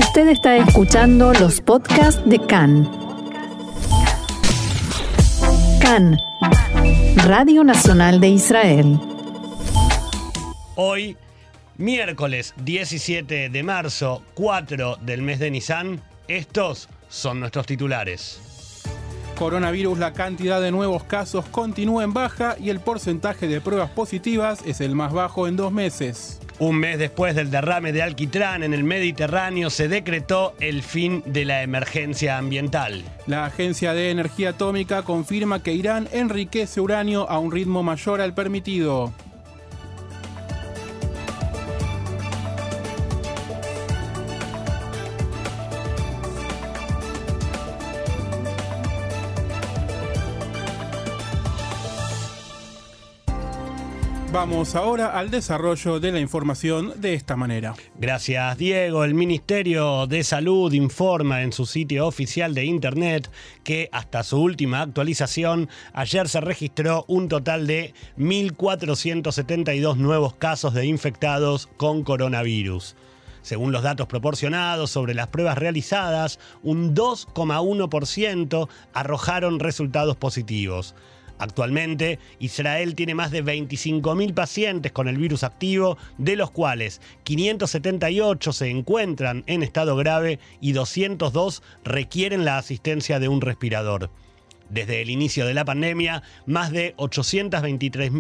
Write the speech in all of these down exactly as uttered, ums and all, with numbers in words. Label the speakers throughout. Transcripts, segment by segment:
Speaker 1: Usted está escuchando los podcasts de C A N. C A N, Radio Nacional de Israel.
Speaker 2: Hoy, miércoles diecisiete de marzo, cuatro del mes de Nisan, estos son nuestros titulares.
Speaker 3: Coronavirus, la cantidad de nuevos casos continúa en baja y el porcentaje de pruebas positivas es el más bajo en dos meses.
Speaker 2: Un mes después del derrame de alquitrán en el Mediterráneo, se decretó el fin de la emergencia ambiental.
Speaker 3: La Agencia de Energía Atómica confirma que Irán enriquece uranio a un ritmo mayor al permitido. Vamos ahora al desarrollo de la información de esta manera.
Speaker 2: Gracias, Diego. El Ministerio de Salud informa en su sitio oficial de internet que hasta su última actualización, ayer se registró un total de mil cuatrocientos setenta y dos nuevos casos de infectados con coronavirus. Según los datos proporcionados sobre las pruebas realizadas, un dos coma uno por ciento arrojaron resultados positivos. Actualmente, Israel tiene más de veinticinco mil pacientes con el virus activo, de los cuales quinientos setenta y ocho se encuentran en estado grave y doscientos dos requieren la asistencia de un respirador. Desde el inicio de la pandemia, más de ochocientos veintitrés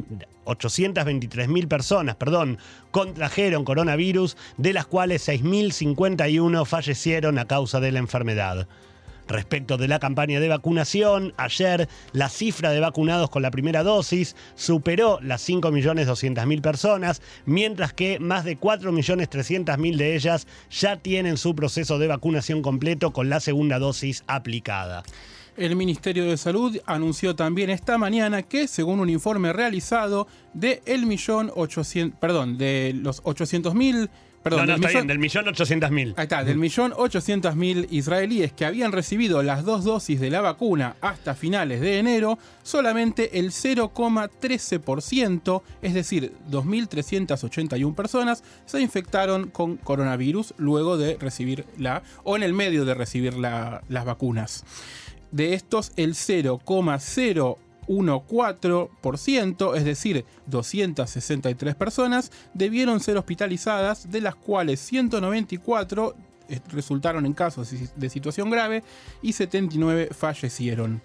Speaker 2: mil personas perdón, contrajeron coronavirus, de las cuales seis mil cincuenta y uno fallecieron a causa de la enfermedad. Respecto de la campaña de vacunación, ayer la cifra de vacunados con la primera dosis superó las cinco millones doscientas mil personas, mientras que más de cuatro millones trescientas mil de ellas ya tienen su proceso de vacunación completo con la segunda dosis aplicada.
Speaker 3: El Ministerio de Salud anunció también esta mañana que, según un informe realizado de el millón ochocientos, perdón, de los ochocientos mil Perdón,
Speaker 2: no, no,
Speaker 3: del
Speaker 2: está
Speaker 3: millón,
Speaker 2: bien, del millón ochocientos mil.
Speaker 3: Ahí está, del millón ochocientos mil israelíes que habían recibido las dos dosis de la vacuna hasta finales de enero, solamente el cero coma trece por ciento, es decir, dos mil trescientas ochenta y una personas, se infectaron con coronavirus luego de recibirla, o en el medio de recibir la, las vacunas. De estos, el cero coma cero catorce por ciento, es decir, doscientas sesenta y tres personas, debieron ser hospitalizadas, de las cuales ciento noventa y cuatro resultaron en casos de situación grave y setenta y nueve fallecieron.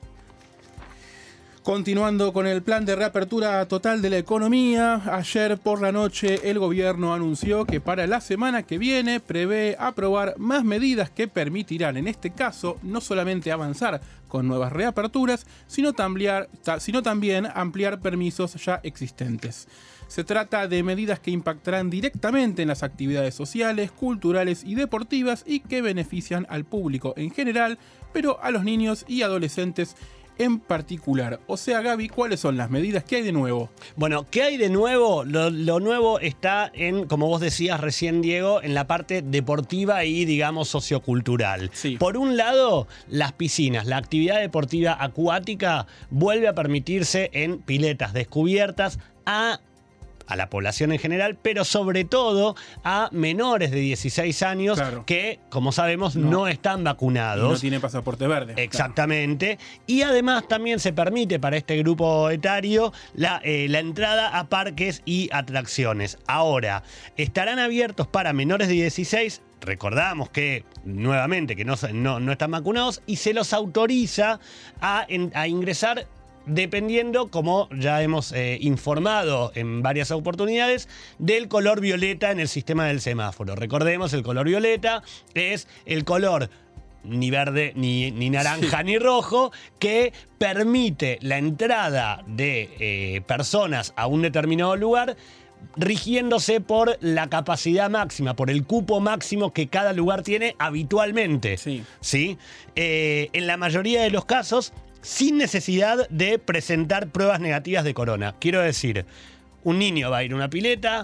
Speaker 3: Continuando con el plan de reapertura total de la economía, ayer por la noche el gobierno anunció que para la semana que viene prevé aprobar más medidas que permitirán, en este caso, no solamente avanzar con nuevas reaperturas, sino, también, sino también ampliar permisos ya existentes. Se trata de medidas que impactarán directamente en las actividades sociales, culturales y deportivas y que benefician al público en general, pero a los niños y adolescentes en particular. O sea, Gaby, ¿cuáles son las medidas? ¿Qué hay de nuevo?
Speaker 2: Bueno, ¿qué hay de nuevo? Lo, lo nuevo está en, como vos decías recién, Diego, en la parte deportiva y, digamos, sociocultural.
Speaker 3: Sí.
Speaker 2: Por un lado, las piscinas, la actividad deportiva acuática vuelve a permitirse en piletas descubiertas a a la población en general, pero sobre todo a menores de dieciséis años, claro, que, como sabemos, no, no están vacunados.
Speaker 3: Y no tienen pasaporte verde.
Speaker 2: Exactamente. Claro. Y además también se permite para este grupo etario la, eh, la entrada a parques y atracciones. Ahora, estarán abiertos para menores de dieciséis. Recordamos que, nuevamente, que no, no, no están vacunados y se los autoriza a, en, a ingresar dependiendo, como ya hemos eh, informado en varias oportunidades, del color violeta en el sistema del semáforo. Recordemos, el color violeta es el color ni verde, ni, ni naranja, sí, ni rojo, que permite la entrada de eh, personas a un determinado lugar, rigiéndose por la capacidad máxima, por el cupo máximo que cada lugar tiene habitualmente.
Speaker 3: Sí.
Speaker 2: ¿Sí? Eh, en la mayoría de los casos, sin necesidad de presentar pruebas negativas de corona. Quiero decir, un niño va a ir a una pileta,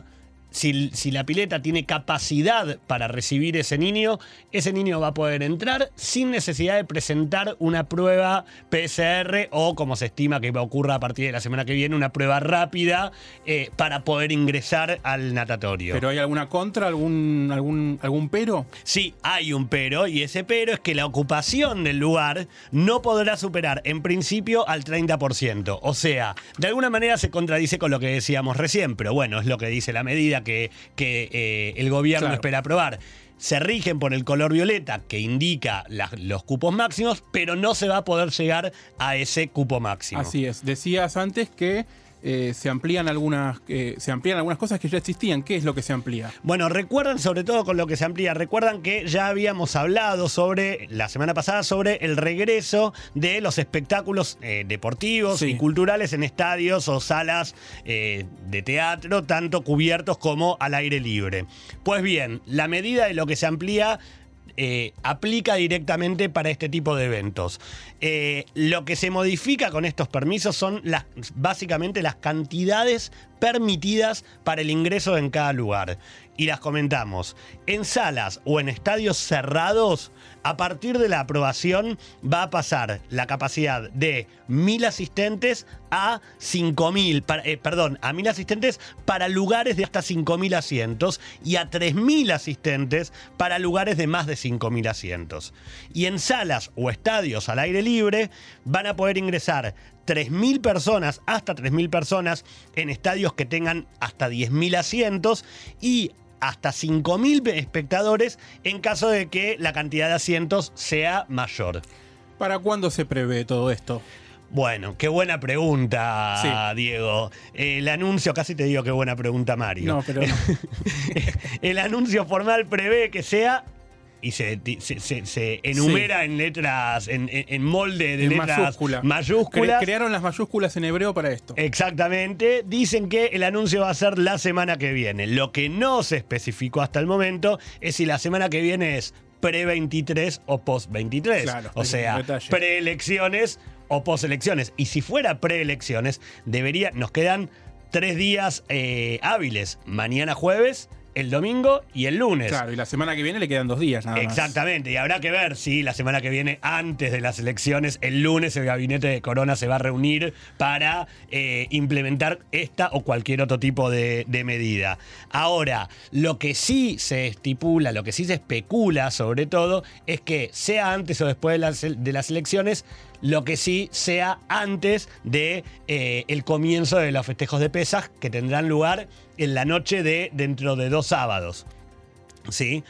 Speaker 2: Si, si la pileta tiene capacidad para recibir ese niño, ese niño va a poder entrar sin necesidad de presentar una prueba P C R o, como se estima que va a ocurrir a partir de la semana que viene, una prueba rápida eh, para poder ingresar al natatorio.
Speaker 3: ¿Pero hay alguna contra, algún, algún, algún pero?
Speaker 2: Sí, hay un pero, y ese pero es que la ocupación del lugar no podrá superar en principio al treinta por ciento. O sea, de alguna manera se contradice con lo que decíamos recién, pero bueno, es lo que dice la medida que, que eh, el gobierno
Speaker 3: claro.
Speaker 2: espera aprobar. Se rigen por el color violeta, que indica la, los cupos máximos, pero no se va a poder llegar a ese cupo máximo.
Speaker 3: Así es. Decías antes que eh, se amplían algunas eh, se amplían algunas cosas que ya existían. ¿Qué es lo que se amplía?
Speaker 2: Bueno, recuerdan, sobre todo con lo que se amplía, recuerdan que ya habíamos hablado sobre, la semana pasada, sobre el regreso de los espectáculos eh, deportivos
Speaker 3: sí.
Speaker 2: y culturales en estadios o salas eh, de teatro, tanto cubiertos como al aire libre. Pues bien, la medida de lo que se amplía Eh, aplica directamente para este tipo de eventos. Eh, lo que se modifica con estos permisos son las, básicamente las cantidades permitidas para el ingreso en cada lugar. Y las comentamos. En salas o en estadios cerrados, a partir de la aprobación va a pasar la capacidad de mil asistentes a cinco mil, eh, perdón, a mil asistentes para lugares de hasta cinco mil asientos y a tres mil asistentes para lugares de más de cinco mil asientos. Y en salas o estadios al aire libre van a poder ingresar tres mil personas, hasta tres mil personas en estadios que tengan hasta diez mil asientos y hasta cinco mil espectadores en caso de que la cantidad de asientos sea mayor.
Speaker 3: ¿Para cuándo se prevé todo esto?
Speaker 2: Bueno, qué buena pregunta, sí. Diego. El anuncio, casi te digo qué buena pregunta, Mario.
Speaker 3: No, pero no.
Speaker 2: El anuncio formal prevé que sea, y se, se, se, se enumera sí. en letras, en, en molde de
Speaker 3: en
Speaker 2: letras
Speaker 3: mayúscula.
Speaker 2: mayúsculas.
Speaker 3: Cre crearon las mayúsculas en hebreo para esto.
Speaker 2: Exactamente. Dicen que el anuncio va a ser la semana que viene. Lo que no se especificó hasta el momento es si la semana que viene es pre veintitrés o post veintitrés. Claro, o sea, preelecciones o postelecciones. Y si fuera preelecciones, debería, nos quedan tres días eh, hábiles. Mañana jueves, el domingo y el lunes.
Speaker 3: Claro, y la semana que viene le quedan dos días nada más.
Speaker 2: Exactamente, y habrá que ver si la semana que viene, antes de las elecciones, el lunes el gabinete de Corona se va a reunir para eh, implementar esta o cualquier otro tipo de, de medida. Ahora, lo que sí se estipula, lo que sí se especula sobre todo, es que sea antes o después de las, de las elecciones, lo que sí sea antes de eh, el comienzo de los festejos de Pesaj, que tendrán lugar en la noche de dentro de dos sábados. ¿Sí?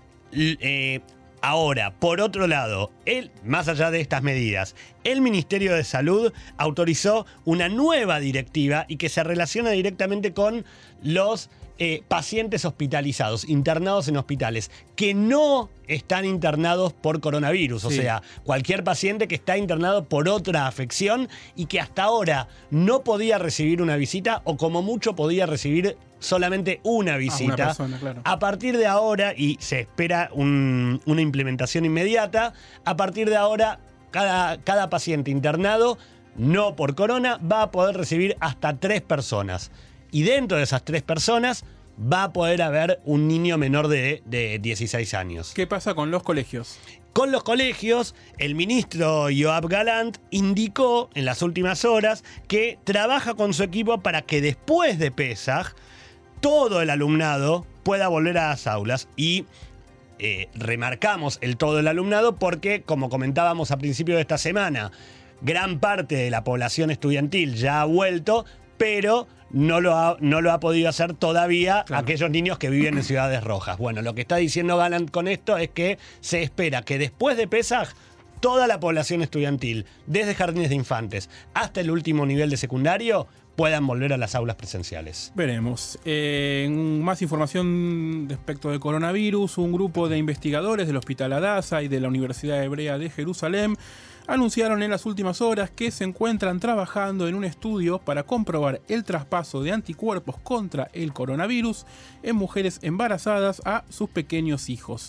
Speaker 2: L eh, ahora, por otro lado, el, más allá de estas medidas, el Ministerio de Salud autorizó una nueva directiva y que se relaciona directamente con los Eh, pacientes hospitalizados, internados en hospitales, que no están internados por coronavirus. Sí. O sea, cualquier paciente que está internado por otra afección y que hasta ahora no podía recibir una visita o como mucho podía recibir solamente una visita.
Speaker 3: Ah, una persona, claro.
Speaker 2: A partir de ahora, y se espera un, una implementación inmediata, a partir de ahora cada, cada paciente internado, no por corona, va a poder recibir hasta tres personas. Y dentro de esas tres personas va a poder haber un niño menor de, de dieciséis años.
Speaker 3: ¿Qué pasa con los colegios?
Speaker 2: Con los colegios, el ministro Yoav Gallant indicó en las últimas horas que trabaja con su equipo para que después de Pesaj todo el alumnado pueda volver a las aulas. Y eh, remarcamos el todo el alumnado porque, como comentábamos a principio de esta semana, gran parte de la población estudiantil ya ha vuelto, pero no lo ha, no lo ha podido hacer todavía claro. aquellos niños que viven en ciudades rojas. Bueno, lo que está diciendo Gallant con esto es que se espera que después de Pesaj toda la población estudiantil, desde jardines de infantes hasta el último nivel de secundario, puedan volver a las aulas presenciales.
Speaker 3: Veremos. Eh, más información respecto del coronavirus. Un grupo de investigadores del Hospital Hadassah y de la Universidad Hebrea de Jerusalén anunciaron en las últimas horas que se encuentran trabajando en un estudio para comprobar el traspaso de anticuerpos contra el coronavirus en mujeres embarazadas a sus pequeños hijos.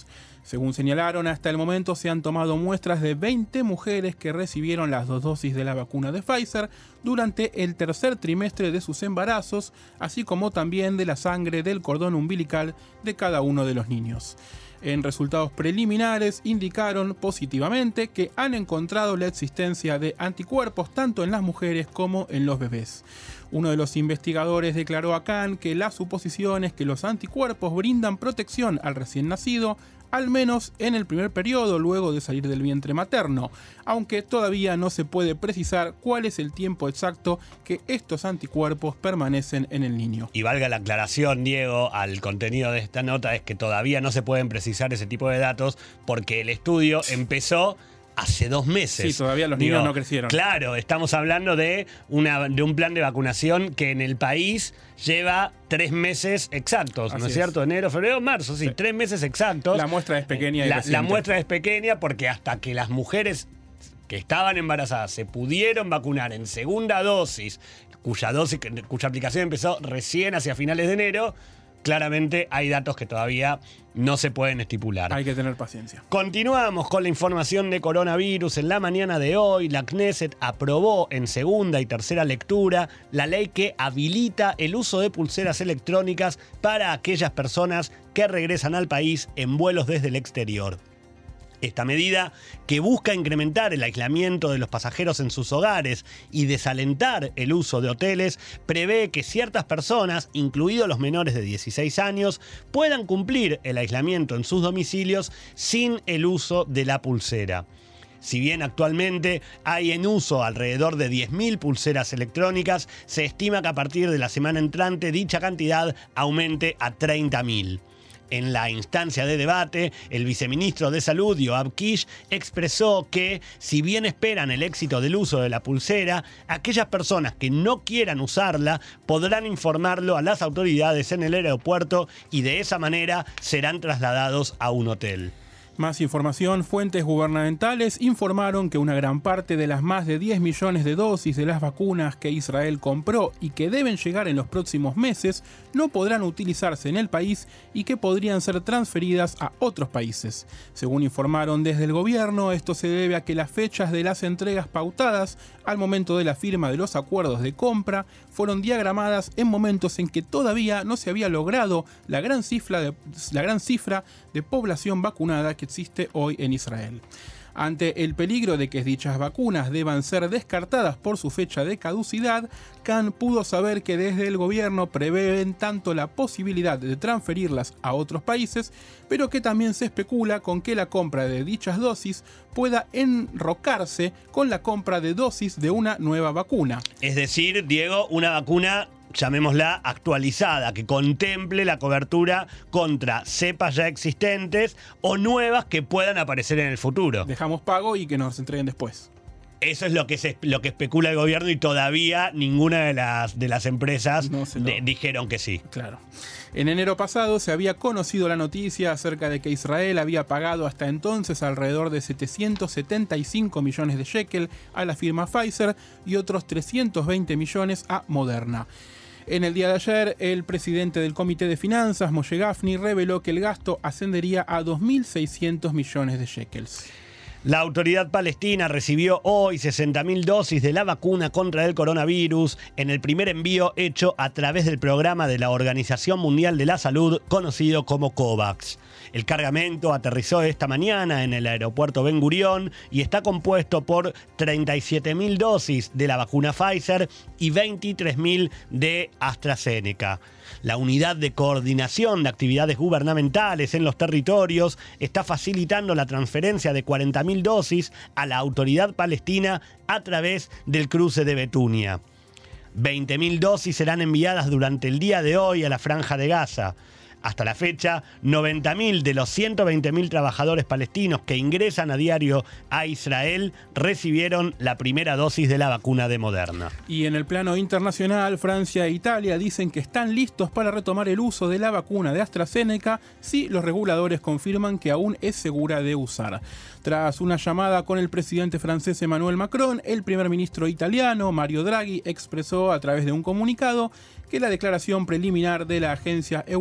Speaker 3: Según señalaron, hasta el momento se han tomado muestras de veinte mujeres que recibieron las dos dosis de la vacuna de Pfizer durante el tercer trimestre de sus embarazos, así como también de la sangre del cordón umbilical de cada uno de los niños. En resultados preliminares indicaron positivamente que han encontrado la existencia de anticuerpos tanto en las mujeres como en los bebés. Uno de los investigadores declaró a Cannes que la suposición es que los anticuerpos brindan protección al recién nacido, al menos en el primer periodo luego de salir del vientre materno, aunque todavía no se puede precisar cuál es el tiempo exacto que estos anticuerpos permanecen en el niño.
Speaker 2: Y valga la aclaración, Diego, al contenido de esta nota, es que todavía no se pueden precisar ese tipo de datos porque el estudio empezó hace dos meses.
Speaker 3: Sí, todavía los Digo, niños no crecieron.
Speaker 2: Claro, estamos hablando de, una, de un plan de vacunación que en el país lleva tres meses exactos, Así ¿no es, es cierto? Enero, febrero, marzo, sí, sí, tres meses exactos.
Speaker 3: La muestra es pequeña. Y
Speaker 2: la, la muestra es pequeña porque hasta que las mujeres que estaban embarazadas se pudieron vacunar en segunda dosis, cuya dosis, cuya aplicación empezó recién hacia finales de enero, claramente hay datos que todavía no se pueden estipular.
Speaker 3: Hay que tener paciencia.
Speaker 2: Continuamos con la información de coronavirus. En la mañana de hoy, la Knesset aprobó en segunda y tercera lectura la ley que habilita el uso de pulseras electrónicas para aquellas personas que regresan al país en vuelos desde el exterior. Esta medida, que busca incrementar el aislamiento de los pasajeros en sus hogares y desalentar el uso de hoteles, prevé que ciertas personas, incluidos los menores de dieciséis años, puedan cumplir el aislamiento en sus domicilios sin el uso de la pulsera. Si bien actualmente hay en uso alrededor de diez mil pulseras electrónicas, se estima que a partir de la semana entrante dicha cantidad aumente a treinta mil. En la instancia de debate, el viceministro de Salud, Yoav Kish, expresó que, si bien esperan el éxito del uso de la pulsera, aquellas personas que no quieran usarla podrán informarlo a las autoridades en el aeropuerto y de esa manera serán trasladados a un hotel.
Speaker 3: Más información, fuentes gubernamentales informaron que una gran parte de las más de diez millones de dosis de las vacunas que Israel compró y que deben llegar en los próximos meses no podrán utilizarse en el país y que podrían ser transferidas a otros países. Según informaron desde el gobierno, esto se debe a que las fechas de las entregas pautadas al momento de la firma de los acuerdos de compra fueron diagramadas en momentos en que todavía no se había logrado la gran cifra de, la gran cifra de población vacunada que existe hoy en Israel. Ante el peligro de que dichas vacunas deban ser descartadas por su fecha de caducidad, Cannes pudo saber que desde el gobierno prevén tanto la posibilidad de transferirlas a otros países, pero que también se especula con que la compra de dichas dosis pueda enrocarse con la compra de dosis de una nueva vacuna.
Speaker 2: Es decir, Diego, una vacuna, llamémosla actualizada, que contemple la cobertura contra cepas ya existentes o nuevas que puedan aparecer en el futuro.
Speaker 3: Dejamos pago y que nos entreguen después.
Speaker 2: Eso es lo que se, lo que especula el gobierno y todavía ninguna de las, de las empresas no lo... de, dijeron que sí.
Speaker 3: Claro. En enero pasado se había conocido la noticia acerca de que Israel había pagado hasta entonces alrededor de setecientos setenta y cinco millones de shekel a la firma Pfizer y otros trescientos veinte millones a Moderna. En el día de ayer, el presidente del Comité de Finanzas, Moshe Gafni, reveló que el gasto ascendería a dos mil seiscientos millones de shekels.
Speaker 2: La autoridad palestina recibió hoy sesenta mil dosis de la vacuna contra el coronavirus en el primer envío hecho a través del programa de la Organización Mundial de la Salud, conocido como COVAX. El cargamento aterrizó esta mañana en el aeropuerto Ben Gurión y está compuesto por treinta y siete mil dosis de la vacuna Pfizer y veintitrés mil de AstraZeneca. La unidad de coordinación de actividades gubernamentales en los territorios está facilitando la transferencia de cuarenta mil dosis a la autoridad palestina a través del cruce de Betunia. veinte mil dosis serán enviadas durante el día de hoy a la Franja de Gaza. Hasta la fecha, noventa mil de los ciento veinte mil trabajadores palestinos que ingresan a diario a Israel recibieron la primera dosis de la vacuna de Moderna.
Speaker 3: Y en el plano internacional, Francia e Italia dicen que están listos para retomar el uso de la vacuna de AstraZeneca si los reguladores confirman que aún es segura de usar. Tras una llamada con el presidente francés Emmanuel Macron, el primer ministro italiano Mario Draghi expresó a través de un comunicado que la declaración preliminar de la Agencia Europea de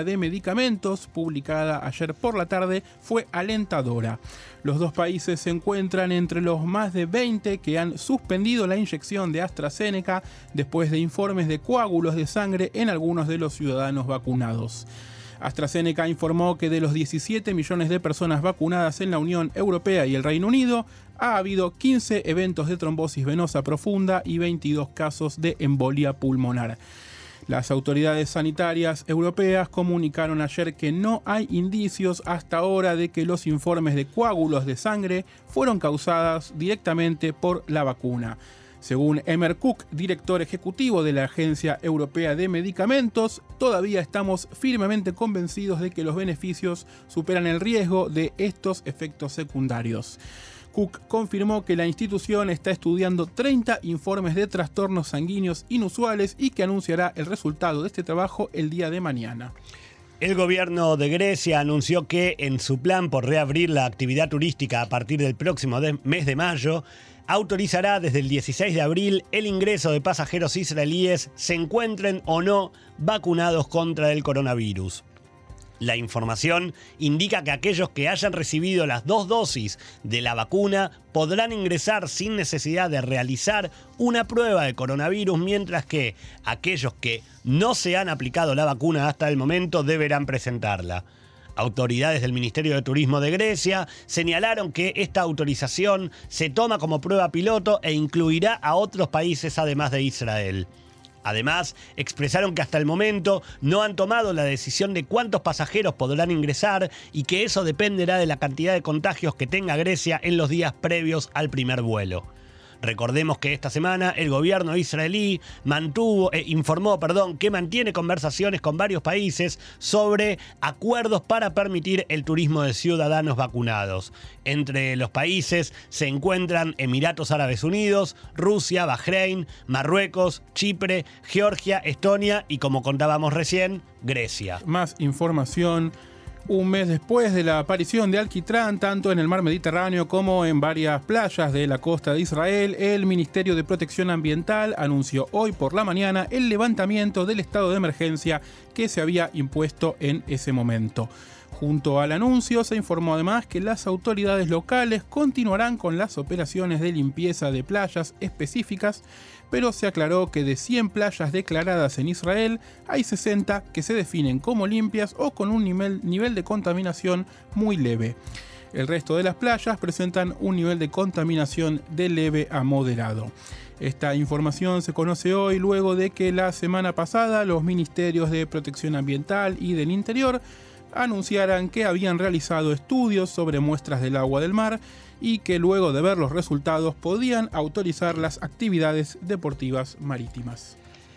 Speaker 3: de Medicamentos, publicada ayer por la tarde, fue alentadora. Los dos países se encuentran entre los más de veinte que han suspendido la inyección de AstraZeneca después de informes de coágulos de sangre en algunos de los ciudadanos vacunados. AstraZeneca informó que de los diecisiete millones de personas vacunadas en la Unión Europea y el Reino Unido, ha habido quince eventos de trombosis venosa profunda y veintidós casos de embolia pulmonar. Las autoridades sanitarias europeas comunicaron ayer que no hay indicios hasta ahora de que los informes de coágulos de sangre fueron causados directamente por la vacuna. Según Emer Cook, director ejecutivo de la Agencia Europea de Medicamentos, todavía estamos firmemente convencidos de que los beneficios superan el riesgo de estos efectos secundarios. Cook confirmó que la institución está estudiando treinta informes de trastornos sanguíneos inusuales y que anunciará el resultado de este trabajo el día de mañana.
Speaker 2: El gobierno de Grecia anunció que en su plan por reabrir la actividad turística a partir del próximo de- mes de mayo, autorizará desde el dieciséis de abril el ingreso de pasajeros israelíes, se encuentren o no vacunados contra el coronavirus. La información indica que aquellos que hayan recibido las dos dosis de la vacuna podrán ingresar sin necesidad de realizar una prueba de coronavirus, mientras que aquellos que no se han aplicado la vacuna hasta el momento deberán presentarla. Autoridades del Ministerio de Turismo de Grecia señalaron que esta autorización se toma como prueba piloto e incluirá a otros países además de Israel. Además, expresaron que hasta el momento no han tomado la decisión de cuántos pasajeros podrán ingresar y que eso dependerá de la cantidad de contagios que tenga Grecia en los días previos al primer vuelo. Recordemos que esta semana el gobierno israelí mantuvo, eh, informó perdón, que mantiene conversaciones con varios países sobre acuerdos para permitir el turismo de ciudadanos vacunados. Entre los países se encuentran Emiratos Árabes Unidos, Rusia, Bahrein, Marruecos, Chipre, Georgia, Estonia y, como contábamos recién, Grecia.
Speaker 3: Más información. Un mes después de la aparición de alquitrán, tanto en el mar Mediterráneo como en varias playas de la costa de Israel, el Ministerio de Protección Ambiental anunció hoy por la mañana el levantamiento del estado de emergencia que se había impuesto en ese momento. Junto al anuncio se informó además que las autoridades locales continuarán con las operaciones de limpieza de playas específicas, pero se aclaró que de cien playas declaradas en Israel, hay sesenta que se definen como limpias o con un nivel, nivel de contaminación muy leve. El resto de las playas presentan un nivel de contaminación de leve a moderado. Esta información se conoce hoy luego de que la semana pasada los ministerios de Protección Ambiental y del Interior anunciaran que habían realizado estudios sobre muestras del agua del mar y que luego de ver los resultados podían autorizar las actividades deportivas marítimas.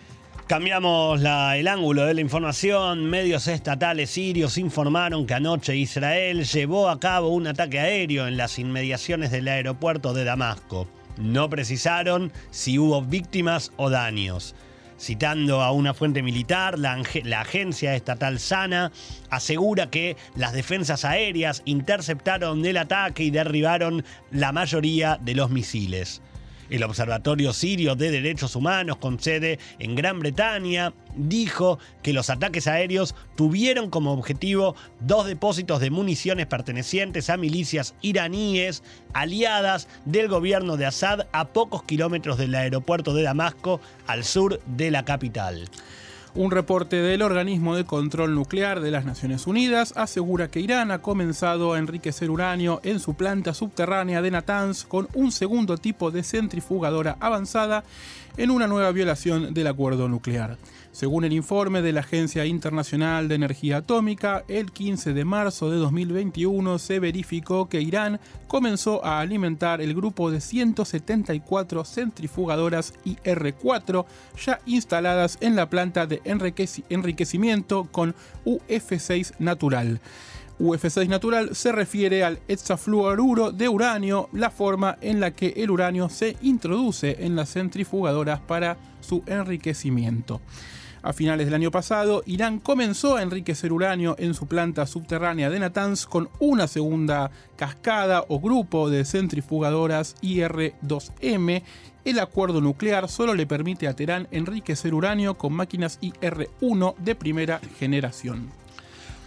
Speaker 2: Cambiamos la, el ángulo de la información. Medios estatales sirios informaron que anoche Israel llevó a cabo un ataque aéreo en las inmediaciones del aeropuerto de Damasco. No precisaron si hubo víctimas o daños. Citando a una fuente militar, la, la agencia estatal SANA asegura que las defensas aéreas interceptaron el ataque y derribaron la mayoría de los misiles. El Observatorio Sirio de Derechos Humanos, con sede en Gran Bretaña, dijo que los ataques aéreos tuvieron como objetivo dos depósitos de municiones pertenecientes a milicias iraníes aliadas del gobierno de Assad a pocos kilómetros del aeropuerto de Damasco, al sur de la capital.
Speaker 3: Un reporte del Organismo de Control Nuclear de las Naciones Unidas asegura que Irán ha comenzado a enriquecer uranio en su planta subterránea de Natanz con un segundo tipo de centrifugadora avanzada en una nueva violación del acuerdo nuclear. Según el informe de la Agencia Internacional de Energía Atómica, el quince de marzo de dos mil veintiuno se verificó que Irán comenzó a alimentar el grupo de ciento setenta y cuatro centrifugadoras I R cuatro ya instaladas en la planta de enriqueci- enriquecimiento con U F seis natural. U F seis natural se refiere al hexafluoruro de uranio, la forma en la que el uranio se introduce en las centrifugadoras para su enriquecimiento. A finales del año pasado, Irán comenzó a enriquecer uranio en su planta subterránea de Natanz con una segunda cascada o grupo de centrifugadoras I R dos M. El acuerdo nuclear solo le permite a Teherán enriquecer uranio con máquinas I R uno de primera generación.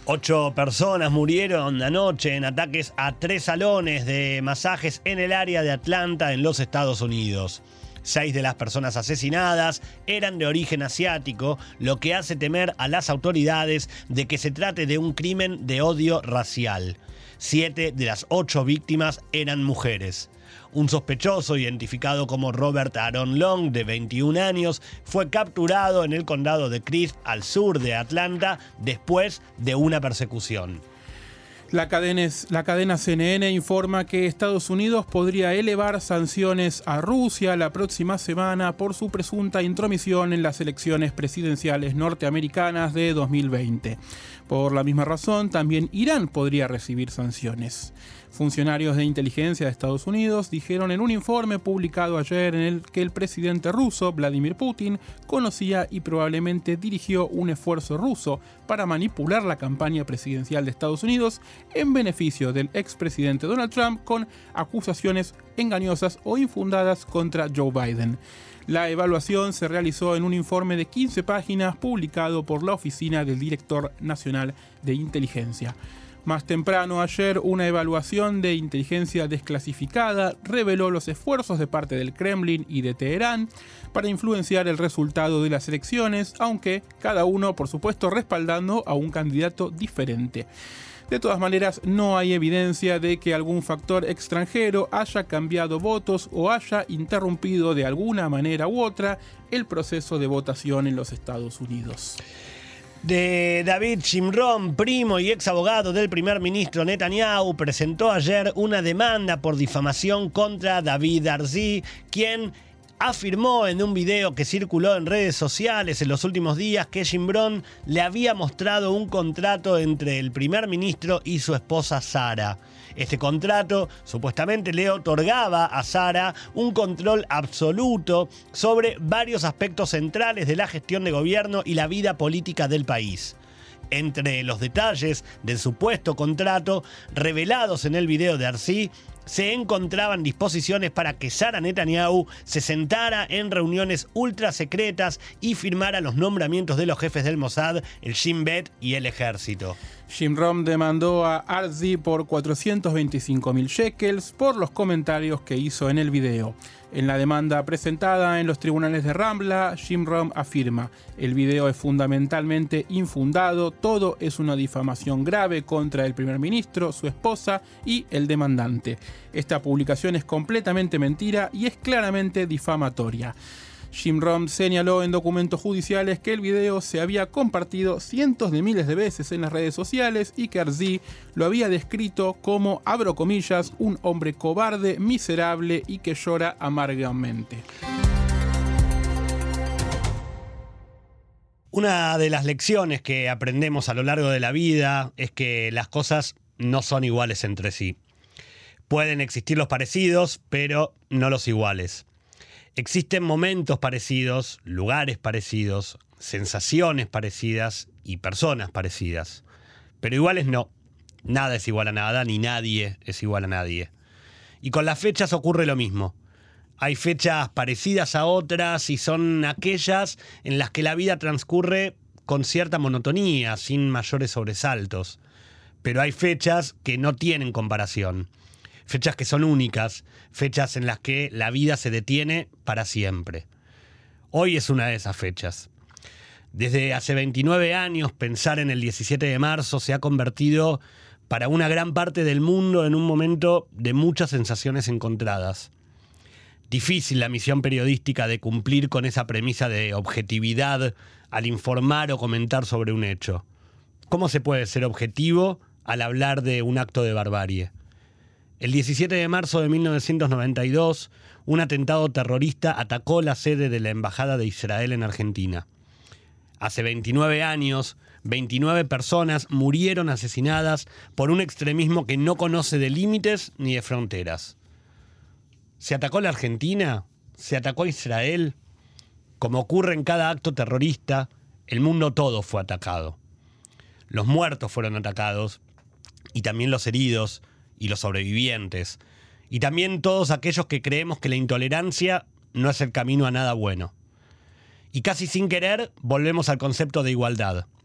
Speaker 2: Ocho personas murieron anoche en ataques a tres salones de masajes en el área de Atlanta, en los Estados Unidos. Seis de las personas asesinadas eran de origen asiático, lo que hace temer a las autoridades de que se trate de un crimen de odio racial. Siete de las ocho víctimas eran mujeres. Un sospechoso, identificado como Robert Aaron Long, de veintiún años, fue capturado en el condado de Crisp, al sur de Atlanta, después de una persecución.
Speaker 3: La cadena, la cadena C N N informa que Estados Unidos podría elevar sanciones a Rusia la próxima semana por su presunta intromisión en las elecciones presidenciales norteamericanas de dos mil veinte. Por la misma razón, también Irán podría recibir sanciones. Funcionarios de inteligencia de Estados Unidos dijeron en un informe publicado ayer en el que el presidente ruso, Vladimir Putin, conocía y probablemente dirigió un esfuerzo ruso para manipular la campaña presidencial de Estados Unidos en beneficio del expresidente Donald Trump con acusaciones engañosas o infundadas contra Joe Biden. La evaluación se realizó en un informe de quince páginas publicado por la Oficina del Director Nacional de Inteligencia. Más temprano ayer, una evaluación de inteligencia desclasificada reveló los esfuerzos de parte del Kremlin y de Teherán para influenciar el resultado de las elecciones, aunque cada uno, por supuesto, respaldando a un candidato diferente. De todas maneras, no hay evidencia de que algún factor extranjero haya cambiado votos o haya interrumpido de alguna manera u otra el proceso de votación en los Estados Unidos.
Speaker 2: De David Shimron, primo y ex abogado del primer ministro Netanyahu, presentó ayer una demanda por difamación contra David Arzi, quien afirmó en un video que circuló en redes sociales en los últimos días que Shimron le había mostrado un contrato entre el primer ministro y su esposa Sara. Este contrato supuestamente le otorgaba a Sara un control absoluto sobre varios aspectos centrales de la gestión de gobierno y la vida política del país. Entre los detalles del supuesto contrato revelados en el video de Arzi, se encontraban disposiciones para que Sara Netanyahu se sentara en reuniones ultra secretas y firmara los nombramientos de los jefes del Mossad, el Shin Bet y el ejército.
Speaker 3: Shimron demandó a Arzi por cuatrocientos veinticinco mil shekels por los comentarios que hizo en el video. En la demanda presentada en los tribunales de Ramla, Shimron afirma: el video es fundamentalmente infundado, todo es una difamación grave contra el primer ministro, su esposa y el demandante. Esta publicación es completamente mentira y es claramente difamatoria. Shimron señaló en documentos judiciales que el video se había compartido cientos de miles de veces en las redes sociales y que Arzi lo había descrito como, abro comillas, un hombre cobarde, miserable y que llora amargamente.
Speaker 2: Una de las lecciones que aprendemos a lo largo de la vida es que las cosas no son iguales entre sí. Pueden existir los parecidos, pero no los iguales. Existen momentos parecidos, lugares parecidos, sensaciones parecidas y personas parecidas. Pero iguales no. Nada es igual a nada, ni nadie es igual a nadie. Y con las fechas ocurre lo mismo. Hay fechas parecidas a otras y son aquellas en las que la vida transcurre con cierta monotonía, sin mayores sobresaltos. Pero hay fechas que no tienen comparación. Fechas que son únicas, fechas en las que la vida se detiene para siempre. Hoy es una de esas fechas. Desde hace veintinueve años, pensar en el diecisiete de marzo se ha convertido para una gran parte del mundo en un momento de muchas sensaciones encontradas. Difícil la misión periodística de cumplir con esa premisa de objetividad al informar o comentar sobre un hecho. ¿Cómo se puede ser objetivo al hablar de un acto de barbarie? El diecisiete de marzo de mil novecientos noventa y dos, un atentado terrorista atacó la sede de la Embajada de Israel en Argentina. Hace veintinueve años, veintinueve personas murieron asesinadas por un extremismo que no conoce de límites ni de fronteras. ¿Se atacó la Argentina? ¿Se atacó a Israel? Como ocurre en cada acto terrorista, el mundo todo fue atacado. Los muertos fueron atacados, y también los heridos, y los sobrevivientes, y también todos aquellos que creemos que la intolerancia no es el camino a nada bueno. Y casi sin querer volvemos al concepto de igualdad.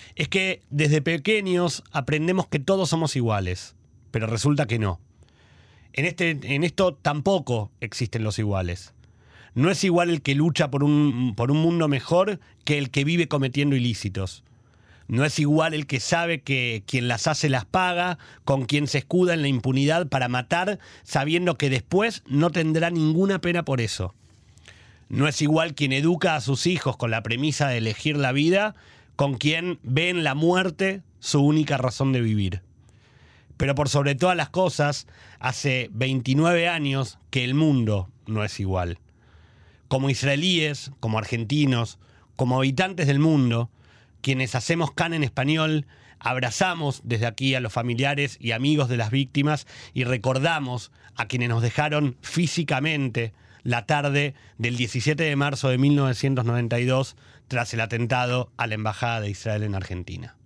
Speaker 2: es que desde pequeños aprendemos que todos somos iguales, pero resulta que no. En, este, en esto tampoco existen los iguales. No es igual el que lucha por un, por un mundo mejor que el que vive cometiendo ilícitos. No es igual el que sabe que quien las hace las paga, con quien se escuda en la impunidad para matar, sabiendo que después no tendrá ninguna pena por eso. No es igual quien educa a sus hijos con la premisa de elegir la vida, con quien ve en la muerte su única razón de vivir. Pero por sobre todas las cosas, hace veintinueve años que el mundo no es igual. Como israelíes, como argentinos, como habitantes del mundo, quienes hacemos CAN en español, abrazamos desde aquí a los familiares y amigos de las víctimas y recordamos a quienes nos dejaron físicamente la tarde del diecisiete de marzo de mil novecientos noventa y dos tras el atentado a la Embajada de Israel en Argentina.